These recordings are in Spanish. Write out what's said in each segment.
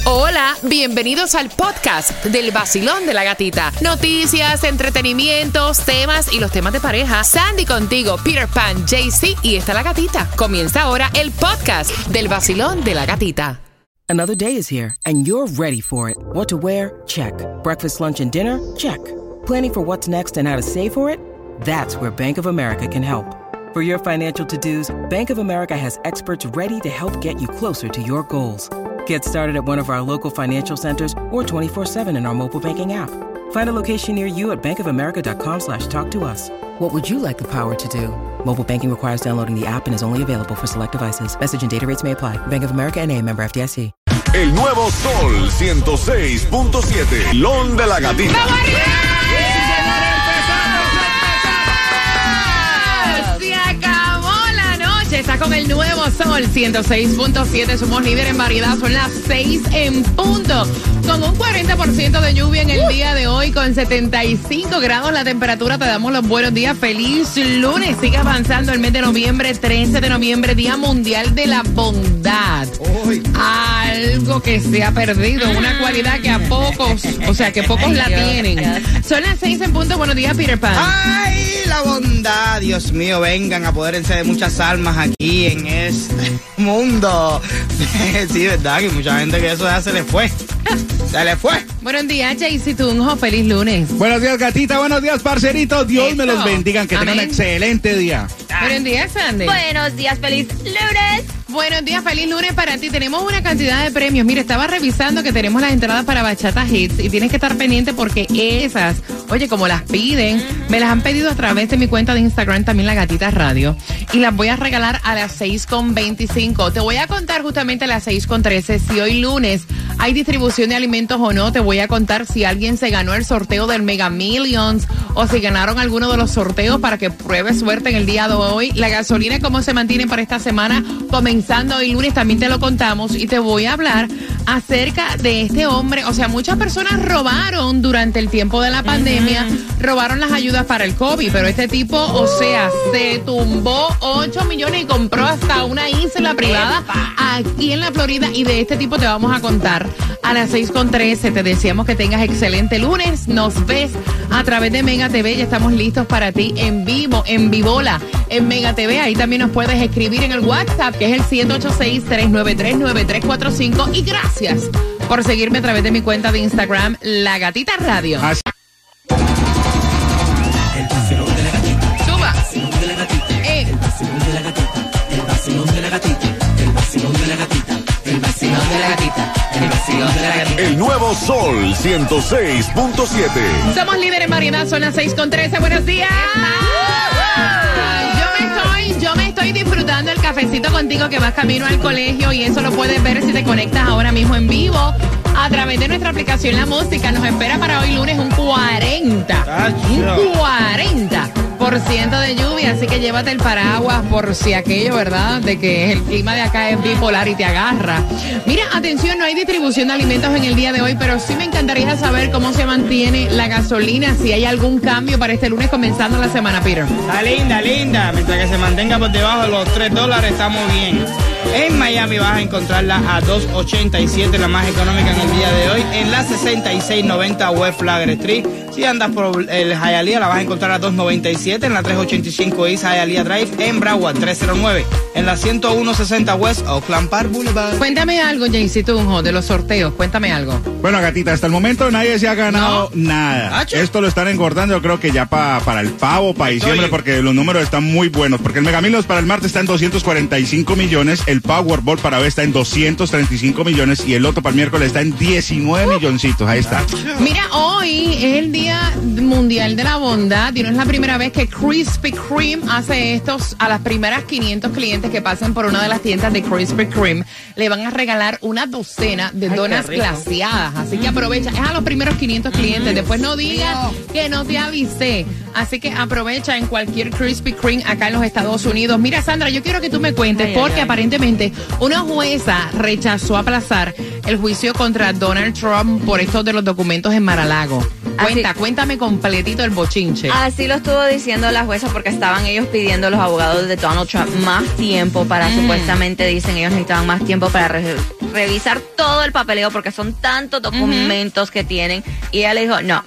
Hola, bienvenidos al podcast del Vacilón de la Gatita. Noticias, entretenimientos, temas y los temas de pareja. Sandy contigo, Peter Pan, JC y está la gatita. Comienza ahora el podcast del Vacilón de la Gatita. Another day is here and you're ready for it. What to wear? Check. Breakfast, lunch, and dinner? Check. Planning for what's next and how to save for it? That's where Bank of America can help. For your financial to-dos, Bank of America has experts ready to help get you closer to your goals. Get started at one of our local financial centers or 24/7 in our mobile banking app. Find a location near you at bankofamerica.com/talktous. What would you like the power to do? Mobile banking requires downloading the app and is only available for select devices. Message and data rates may apply. Bank of America N.A., member FDIC. El nuevo Sol 106.7. Lón de la Gatita. ¡Vamos arriba! ¡Se acabó la noche! Está con el nuevo Sol 106.7. Somos líder en variedad. Son las 6 en punto. Con un 40% de lluvia en el día de hoy, con 75 grados la temperatura. Te damos los buenos días. Feliz lunes. Sigue avanzando el mes de noviembre, 13 de noviembre, Día Mundial de la Bondad. Algo que se ha perdido, una cualidad que pocos la tienen. Son las 6 en punto. Buenos días, Peter Pan. ¡Ay, la bondad! Dios mío, vengan, apodérense de muchas almas aquí en este mundo. Sí, verdad, que mucha gente que eso ya se le fue. Se le fue. Buenos días, Jaycee Tunjo. Feliz lunes. Buenos días, gatita. Buenos días, parceritos. Dios me los bendiga. Que tengan un excelente día. Buenos días, Sandy. Buenos días, feliz lunes. Buenos días, feliz lunes para ti. Tenemos una cantidad de premios. Mira, estaba revisando que tenemos las entradas para Bachata Hits y tienes que estar pendiente porque esas, oye, como las piden, me las han pedido a través de mi cuenta de Instagram, también La Gatita Radio, y las voy a regalar a las 6:25. Te voy a contar justamente a las 6:13 si hoy lunes hay distribución de alimentos o no. Te voy a contar si alguien se ganó el sorteo del Mega Millions o si ganaron alguno de los sorteos para que pruebe suerte en el día de hoy. La gasolina, cómo se mantiene para esta semana, comenzando hoy lunes, también te lo contamos y te voy a hablar acerca de este hombre. O sea, muchas personas robaron durante el tiempo de la pandemia, robaron las ayudas para el COVID, pero este tipo, o sea, se tumbó 8 millones y compró hasta una isla privada aquí en la Florida, y de este tipo te vamos a contar a las 6:13. Te deseamos que tengas excelente lunes. Nos ves a través de Mega TV. Ya estamos listos para ti en vivo, en Vivola, en Mega TV. Ahí también nos puedes escribir en el WhatsApp, que es el 786-393-9345. Y gracias por seguirme a través de mi cuenta de Instagram, La Gatita Radio. Así. El vacilón de la gatita. Suba. El vacilón de la gatita. El vacilón de la gatita. El vacilón de la gatita. El vacilón de la gatita. El vacilón de la gatita. El vacilón de la gatita. El nuevo Sol 106.7. Somos líderes en variedad, son las 6:13. Buenos días. Yo me estoy disfrutando el cafecito contigo que vas camino al colegio, y eso lo puedes ver si te conectas ahora mismo en vivo a través de nuestra aplicación La Música. Nos espera para hoy lunes un 40% de lluvia, así que llévate el paraguas por si aquello, ¿verdad? De que el clima de acá es bipolar y te agarra. Mira, atención, no hay distribución de alimentos en el día de hoy, pero sí me encantaría saber cómo se mantiene la gasolina, si hay algún cambio para este lunes comenzando la semana, Peter. Está linda, linda. Mientras que se mantenga por debajo de los $3, estamos bien. En Miami vas a encontrarla a $2.87, la más económica en el día de hoy, en la 6690 West Flagler Street. Si andas por el Hialeah, la vas a encontrar a $2.97, en la 385 East Hialeah Drive, en Broward 309, en la 10160 West Oakland Park Boulevard. Cuéntame algo, Jaycee Tunjo, de los sorteos. Cuéntame algo. Bueno, gatita, hasta el momento nadie se ha ganado nada. Acho. Esto lo están engordando, yo creo que ya para el pavo, para diciembre, porque los números están muy buenos. Porque el Mega Millions para el martes está en 245 millones, el Powerball para hoy está en 235 millones y el Loto para el miércoles está en 19 milloncitos. Ahí está. Mira, hoy es el Día Mundial de la Bondad y no es la primera vez que Krispy Kreme hace estos. A las primeras 500 clientes que pasen por una de las tiendas de Krispy Kreme le van a regalar una docena de donas glaseadas. Así que aprovecha. Es a los primeros 500 clientes. Después no digas que no te avisé. Así que aprovecha en cualquier Krispy Kreme acá en los Estados Unidos. Mira, Sandra, yo quiero que tú me cuentes porque aparentemente una jueza rechazó aplazar el juicio contra Donald Trump por esto de los documentos en Mar-a-Lago. Cuéntame completito el bochinche. Así lo estuvo diciendo la jueza porque estaban ellos pidiendo, los abogados de Donald Trump, más tiempo para, supuestamente dicen ellos necesitaban más tiempo para revisar todo el papeleo porque son tantos documentos que tienen. Y ella le dijo, no.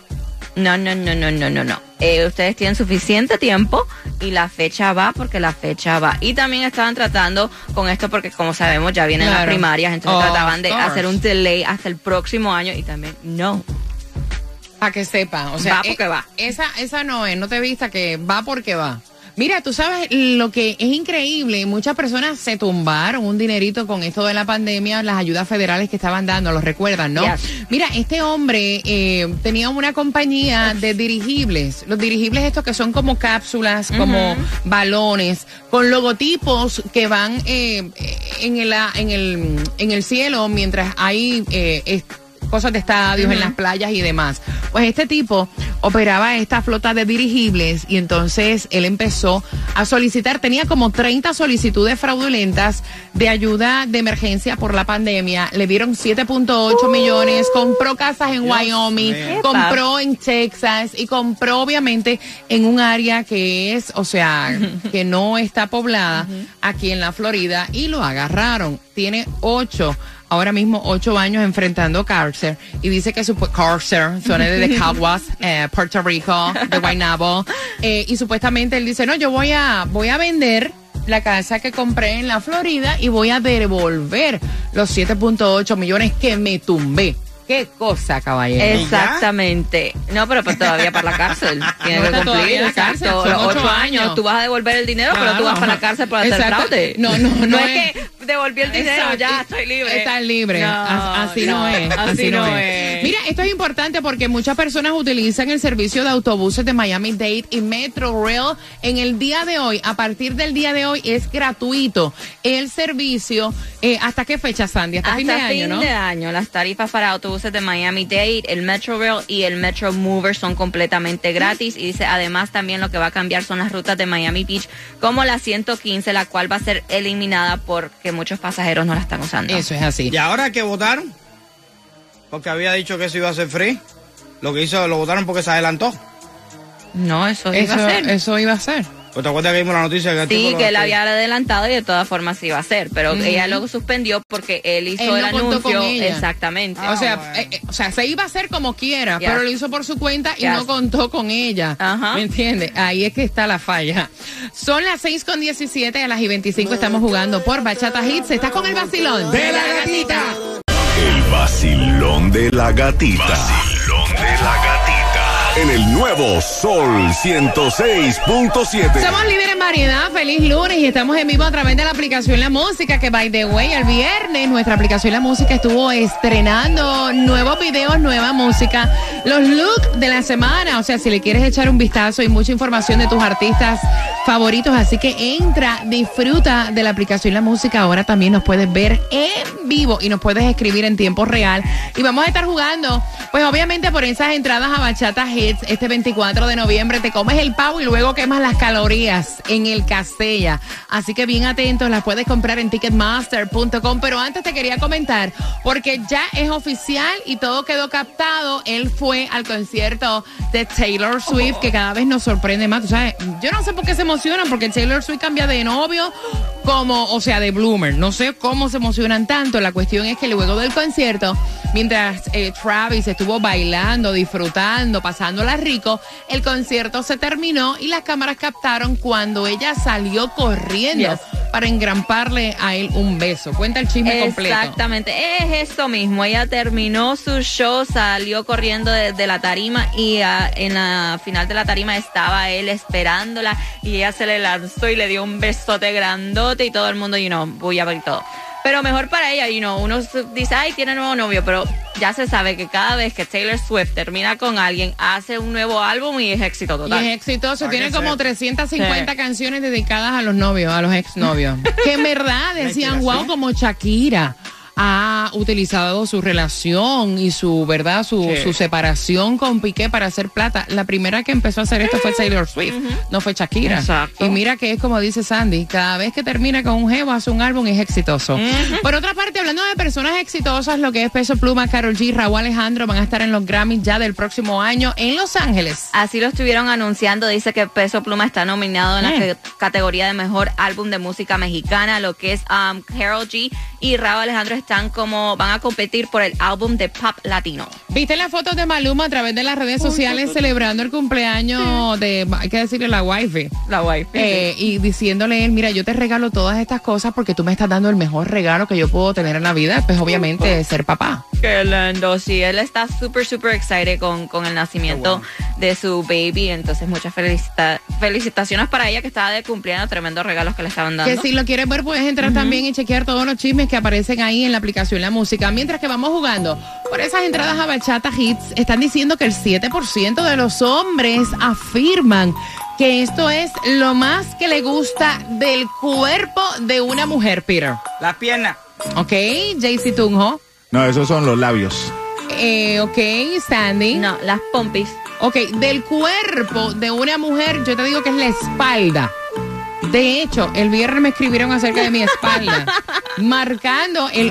Ustedes tienen suficiente tiempo y la fecha va porque la fecha va. Y también estaban tratando con esto porque, como sabemos, ya vienen las primarias, entonces trataban de hacer un delay hasta el próximo año y también no. Para que sepa, o sea, va porque va. Esa no te vista que va porque va. Mira, tú sabes lo que es increíble, muchas personas se tumbaron un dinerito con esto de la pandemia, las ayudas federales que estaban dando, ¿lo recuerdan, no? Yes. Mira, este hombre tenía una compañía de dirigibles, los dirigibles estos que son como cápsulas, como balones, con logotipos que van en el cielo mientras hay cosas de estadios en las playas y demás. Pues este tipo operaba esta flota de dirigibles y entonces él empezó a solicitar, tenía como 30 solicitudes fraudulentas de ayuda de emergencia por la pandemia. Le dieron 7.8 millones, compró casas en Wyoming, compró en Texas y compró obviamente en un área que es, o sea, que no está poblada aquí en la Florida y lo agarraron. Tiene 8 años enfrentando cárcel y dice que su cárcel suena de Caguas, Puerto Rico, de Guaynabo, y supuestamente él dice, no, yo voy a vender la casa que compré en la Florida y voy a devolver los 7.8 millones que me tumbé. Qué cosa, caballero. Exactamente. No, pero pues todavía para la cárcel. Tienes que cumplir. Exacto. Los 8 años. Tú vas a devolver el dinero, pero tú vas para la cárcel por hacer fraude. No es que devolví el dinero, ya estoy libre. Estás libre. Así no es. Así no es. Mira, esto es importante porque muchas personas utilizan el servicio de autobuses de Miami-Dade y Metrorail. En el día de hoy, a partir del día de hoy, es gratuito el servicio. ¿Hasta qué fecha, Sandy? Hasta fin de año, ¿no? Fin de año. Las tarifas para autobuses de Miami-Dade, el Metrorail y el Metro Mover son completamente gratis. Y dice, además, también lo que va a cambiar son las rutas de Miami Beach, como la 115, la cual va a ser eliminada porque muchos pasajeros no la están usando. Eso es así. ¿Y ahora que votaron? Porque había dicho que eso iba a ser free. Lo votaron porque se adelantó. No, eso iba a ser. Eso iba a ser. Pues te acuerdas que vimos la noticia que él había adelantado y de todas formas iba a hacer, pero ella lo suspendió porque él hizo el anuncio. Exactamente. O sea, se iba a hacer como quiera, pero lo hizo por su cuenta y no contó con ella. ¿Me entiendes? Ahí es que está la falla. Son las 6:17, a las 25 estamos jugando por Bachata Hits. Estás con el vacilón de la gatita. El vacilón de la gatita. Vacilón de la gatita. En el nuevo Sol 106.7. Somos líderes en variedad. Feliz lunes y estamos en vivo a través de la aplicación La Música, que by the way, el viernes nuestra aplicación La Música estuvo estrenando nuevos videos, nueva música, los looks de la semana. O sea, si le quieres echar un vistazo y mucha información de tus artistas favoritos, así que entra, disfruta de la aplicación La Música. Ahora también nos puedes ver en vivo y nos puedes escribir en tiempo real. Y vamos a estar jugando, pues obviamente por esas entradas a Bachata Hits. Este 24 de noviembre te comes el pavo y luego quemas las calorías en el Castella. Así que bien atentos, las puedes comprar en Ticketmaster.com. Pero antes te quería comentar, porque ya es oficial y todo quedó captado. Él fue al concierto de Taylor Swift, que cada vez nos sorprende más. Tú sabes, yo no sé por qué se emocionan, porque Taylor Swift cambia de novio de bloomer. No sé cómo se emocionan tanto. La cuestión es que luego del concierto, mientras Travis estuvo bailando, disfrutando, pasándola rico, el concierto se terminó y las cámaras captaron cuando ella salió corriendo para engramparle a él un beso. Cuenta el chisme completo. Exactamente, es eso mismo. Ella terminó su show, salió corriendo de la tarima y en la final de la tarima estaba él esperándola y ella se le lanzó y le dio un besote grandote y todo el mundo, bulla y todo. Pero mejor para ella, uno dice, ay, tiene nuevo novio, pero ya se sabe que cada vez que Taylor Swift termina con alguien, hace un nuevo álbum y es éxito total. Y es exitoso, tiene como 350 canciones dedicadas a los novios, a los exnovios. Que en verdad decían, wow, como Shakira ha utilizado su relación y su separación con Piqué para hacer plata. La primera que empezó a hacer esto fue Taylor Swift, no fue Shakira. Exacto. Y mira que es como dice Sandy, cada vez que termina con un jevo hace un álbum y es exitoso. Por otra parte, hablando de personas exitosas, lo que es Peso Pluma, Karol G, Rauw Alejandro van a estar en los Grammys ya del próximo año en Los Ángeles. Así lo estuvieron anunciando. Dice que Peso Pluma está nominado en la categoría de mejor álbum de música mexicana, lo que es Karol G y Rauw Alejandro van a competir por el álbum de pop latino. ¿Viste las fotos de Maluma a través de las redes sociales celebrando el cumpleaños de, hay que decirle, la wifi? La wifi. Y diciéndole él, mira, yo te regalo todas estas cosas porque tú me estás dando el mejor regalo que yo puedo tener en la vida, pues obviamente ser papá. Qué lindo, sí, él está súper excited con el nacimiento de su baby, entonces muchas felicitaciones para ella que estaba de cumpleaños, tremendos regalos que le estaban dando. Que si lo quieres ver puedes entrar también y chequear todos los chismes que aparecen ahí en la aplicación La Música. Mientras que vamos jugando por esas entradas a Bachata Hits, están diciendo que el 7% de los hombres afirman que esto es lo más que le gusta del cuerpo de una mujer, Peter. Las piernas. Ok, JC Tunjo. No, esos son los labios. Ok, Sandy. No, las pompis. Ok, del cuerpo de una mujer, yo te digo que es la espalda. De hecho, el viernes me escribieron acerca de mi espalda, marcando el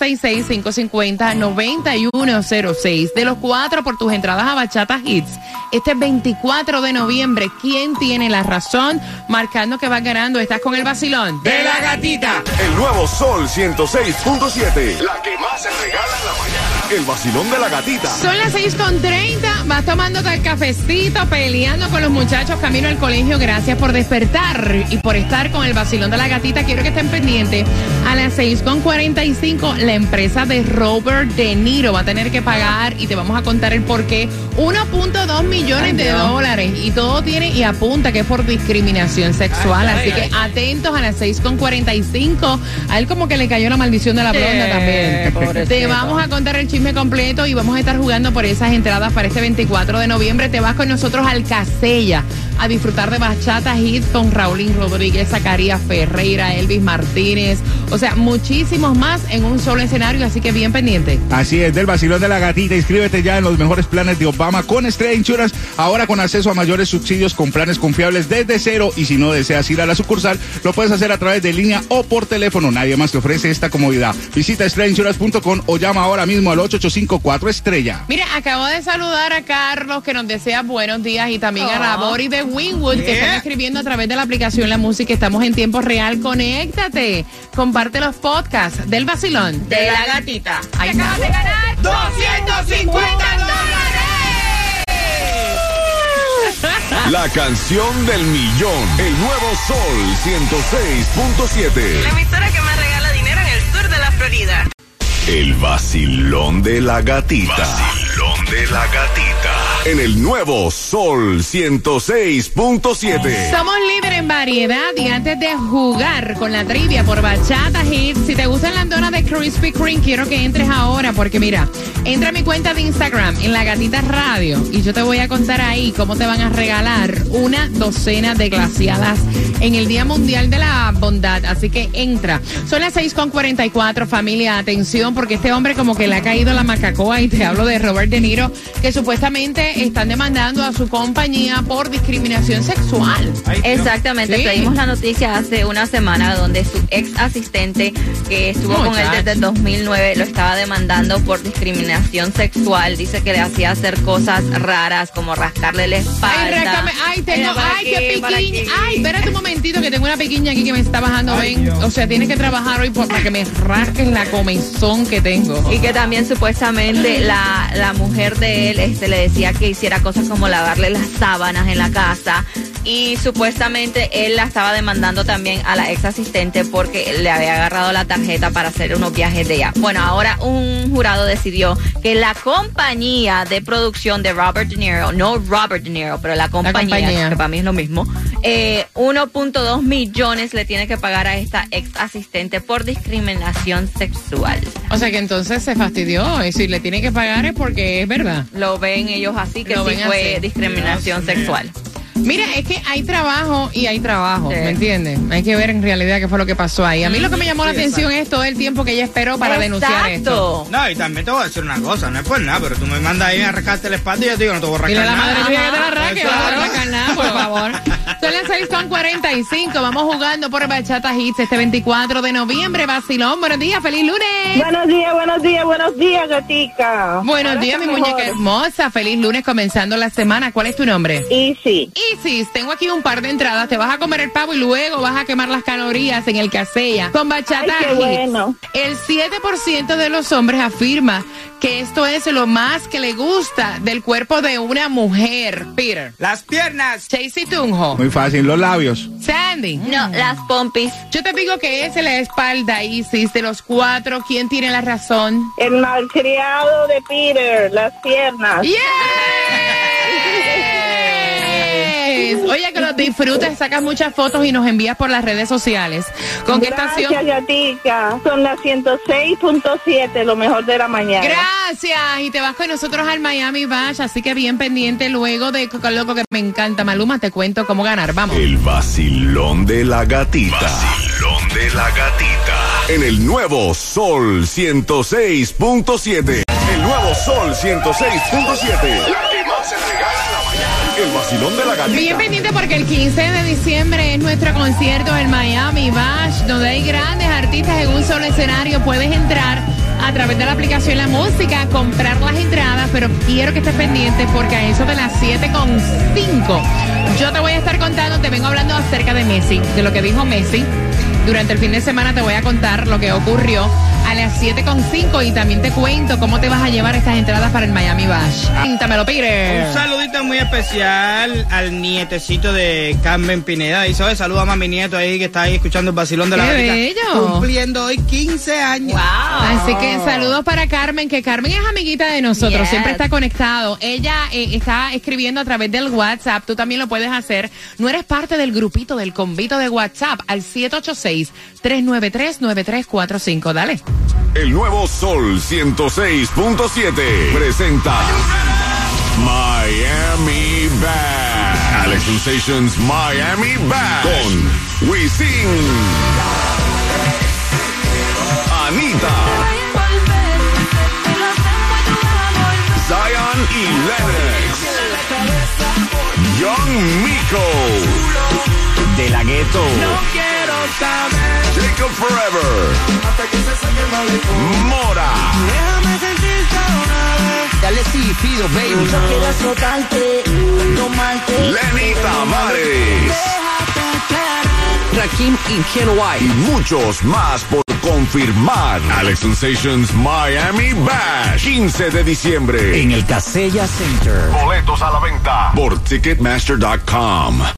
866-550-9106. De los 4 por tus entradas a Bachata Hits, este 24 de noviembre, ¿quién tiene la razón? Marcando que vas ganando. Estás con el vacilón de la gatita. El nuevo Sol 106.7. La que más se regala en la mañana. El vacilón de la gatita. Son las 6:30. Vas tomándote el cafecito, peleando con los muchachos camino al colegio. Gracias por despertar y por estar con el vacilón de la gatita. Quiero que estén pendientes. A las 6:45, la empresa de Robert De Niro va a tener que pagar, y te vamos a contar el porqué, 1.2 millones de dólares. Y todo tiene y apunta que es por discriminación sexual. Así que atentos a las 6:45. A él como que le cayó la maldición de la blonda también. Te vamos a contar el chisme completo y vamos a estar jugando por esas entradas para este 24 de noviembre. Te vas con nosotros al Casella a disfrutar de Bachata Hits con Raulín Rodríguez, Zacarías Ferreira, Elvis Martínez, o sea, muchísimos más en un solo escenario, así que bien pendiente. Así es, del vacilón de la gatita. Inscríbete ya en los mejores planes de Obama con Estrella Insurance, ahora con acceso a mayores subsidios con planes confiables desde cero, y si no deseas ir a la sucursal, lo puedes hacer a través de línea o por teléfono. Nadie más te ofrece esta comodidad. Visita estrellainsurance.com o llama ahora mismo al 8854-ESTRELLA. Mira, acabo de saludar a Carlos, que nos desea buenos días, y también a la Bori de Winwood, que están escribiendo a través de la aplicación La Música. Estamos en tiempo real. Conéctate. Comparte los podcasts del vacilón de la gatita. Ahí acabas de ganar $250. La canción del millón. El nuevo Sol 106.7. La emisora que más regala dinero en el sur de la Florida. El vacilón de la gatita. Vacilón de la gatita. En el nuevo Sol 106.7. Somos líderes en variedad, y antes de jugar con la trivia por Bachata Hits, si te gustan las donas de Krispy Kreme, quiero que entres ahora, porque mira, entra a mi cuenta de Instagram, en La Gatita Radio, y yo te voy a contar ahí cómo te van a regalar una docena de glaseadas en el Día Mundial de la Bondad. Así que entra. Son las 6:44, familia, atención, porque este hombre como que le ha caído la macacoa, y te hablo de Robert De Niro, que supuestamente están demandando a su compañía por discriminación sexual. Exactamente, Sí. Pedimos la noticia hace una semana donde su ex asistente, que estuvo con él desde el 2009, lo estaba demandando por discriminación sexual. Dice que le hacía hacer cosas raras como rascarle la espalda. Qué piquiña. Ay, espérate un momentito, que tengo una piquiña aquí que me está bajando. Ven, o sea, tienes que trabajar hoy para que me rasques la comezón que tengo. Y que también supuestamente la mujer de él le decía que hiciera cosas como lavarle las sábanas en la casa, y supuestamente él la estaba demandando también a la ex asistente porque le había agarrado la tarjeta para hacer unos viajes de ella. Bueno, ahora un jurado decidió que la compañía de producción de Robert De Niro, no Robert De Niro, pero la compañía, que para mí es lo mismo, 1.2 millones le tiene que pagar a esta ex asistente por discriminación sexual. O sea que entonces se fastidió, y si le tiene que pagar es porque es verdad. Lo ven ellos así, que sí fue así. discriminación sexual. Mira, es que hay trabajo y hay trabajo, ¿me entiendes? Hay que ver en realidad qué fue lo que pasó ahí. A mí lo que me llamó la atención es todo el tiempo que ella esperó para denunciar esto. No, y también te voy a decir una cosa, no es por nada, pero tú me mandas ahí a rascarte la espalda y yo te digo, no te voy a rascar nada. Dile a la madre tuya que te la nada. rasque, no te voy a rascar nada, por favor. Son las 6:45, vamos jugando por Bachata Hits este 24 de noviembre. Vacilón, buenos días, feliz lunes. Buenos días, gatica. Buenos días, mi muñeca hermosa. Feliz lunes, comenzando la semana. ¿Cuál es tu nombre? Easy. Isis, tengo aquí un par de entradas. Te vas a comer el pavo y luego vas a quemar las calorías en el Casella con Bachata Ay, qué Hits. bueno. El 7% de los hombres afirma que esto es lo más que le gusta del cuerpo de una mujer. Peter. Las piernas. Chasey Tunjo. Muy fácil, los labios. Sandy. No, las pompis. Yo te digo que es la espalda, Isis, de los cuatro. ¿Quién tiene la razón? El malcriado de Peter, las piernas. ¡Yes! Oye, que los disfrutes, sacas muchas fotos y nos envías por las redes sociales. ¿Con qué estación? Gracias, Gatica. Son las 106.7, lo mejor de la mañana. Gracias. Y te vas con nosotros al Miami Bash, así que bien pendiente luego de Coca Loco, que me encanta. Maluma, te cuento cómo ganar. Vamos. El vacilón de la gatita. Vacilón de la gatita. En el nuevo Sol 106.7. El nuevo Sol 106.7. La que más se regala en la mañana. El vacilón de la gatita. Bien pendiente porque el 15 de diciembre es nuestro concierto en Miami Bash, donde hay grandes artistas en un solo escenario. Puedes entrar a través de la aplicación La Música, comprar las entradas, pero quiero que estés pendiente porque a eso de las 7:05 yo te voy a estar contando, te vengo hablando acerca de Messi, de lo que dijo Messi. Durante el fin de semana te voy a contar lo que ocurrió a las 7:05 y también te cuento cómo te vas a llevar estas entradas para el Miami Bash. Cuéntamelo, Peter. Un saludito muy especial al nietecito de Carmen Pineda. Y saludos a mi nieto ahí que está ahí escuchando el vacilón de la gatita. Bello. Cumpliendo hoy 15 años. Wow. Así que saludos para Carmen, que Carmen es amiguita de nosotros, Yes. siempre está conectado. Ella está escribiendo a través del WhatsApp, tú también lo puedes hacer. No eres parte del grupito, del convito de WhatsApp, al 786-393-9345. Dale. El nuevo Sol 106.7 presenta Miami Bash. Alex Sensations Miami Bash con Wisin, Anita, Zion y Lennox, Young Miko, De La Ghetto, Jacob Forever, Mora, dale sí, pido, baby. Lenny Tamares Rakim y Ken y White. muchos más por confirmar. Alex Sensations Miami Bash, 15 de diciembre. En el Casella Center. Boletos a la venta por Ticketmaster.com.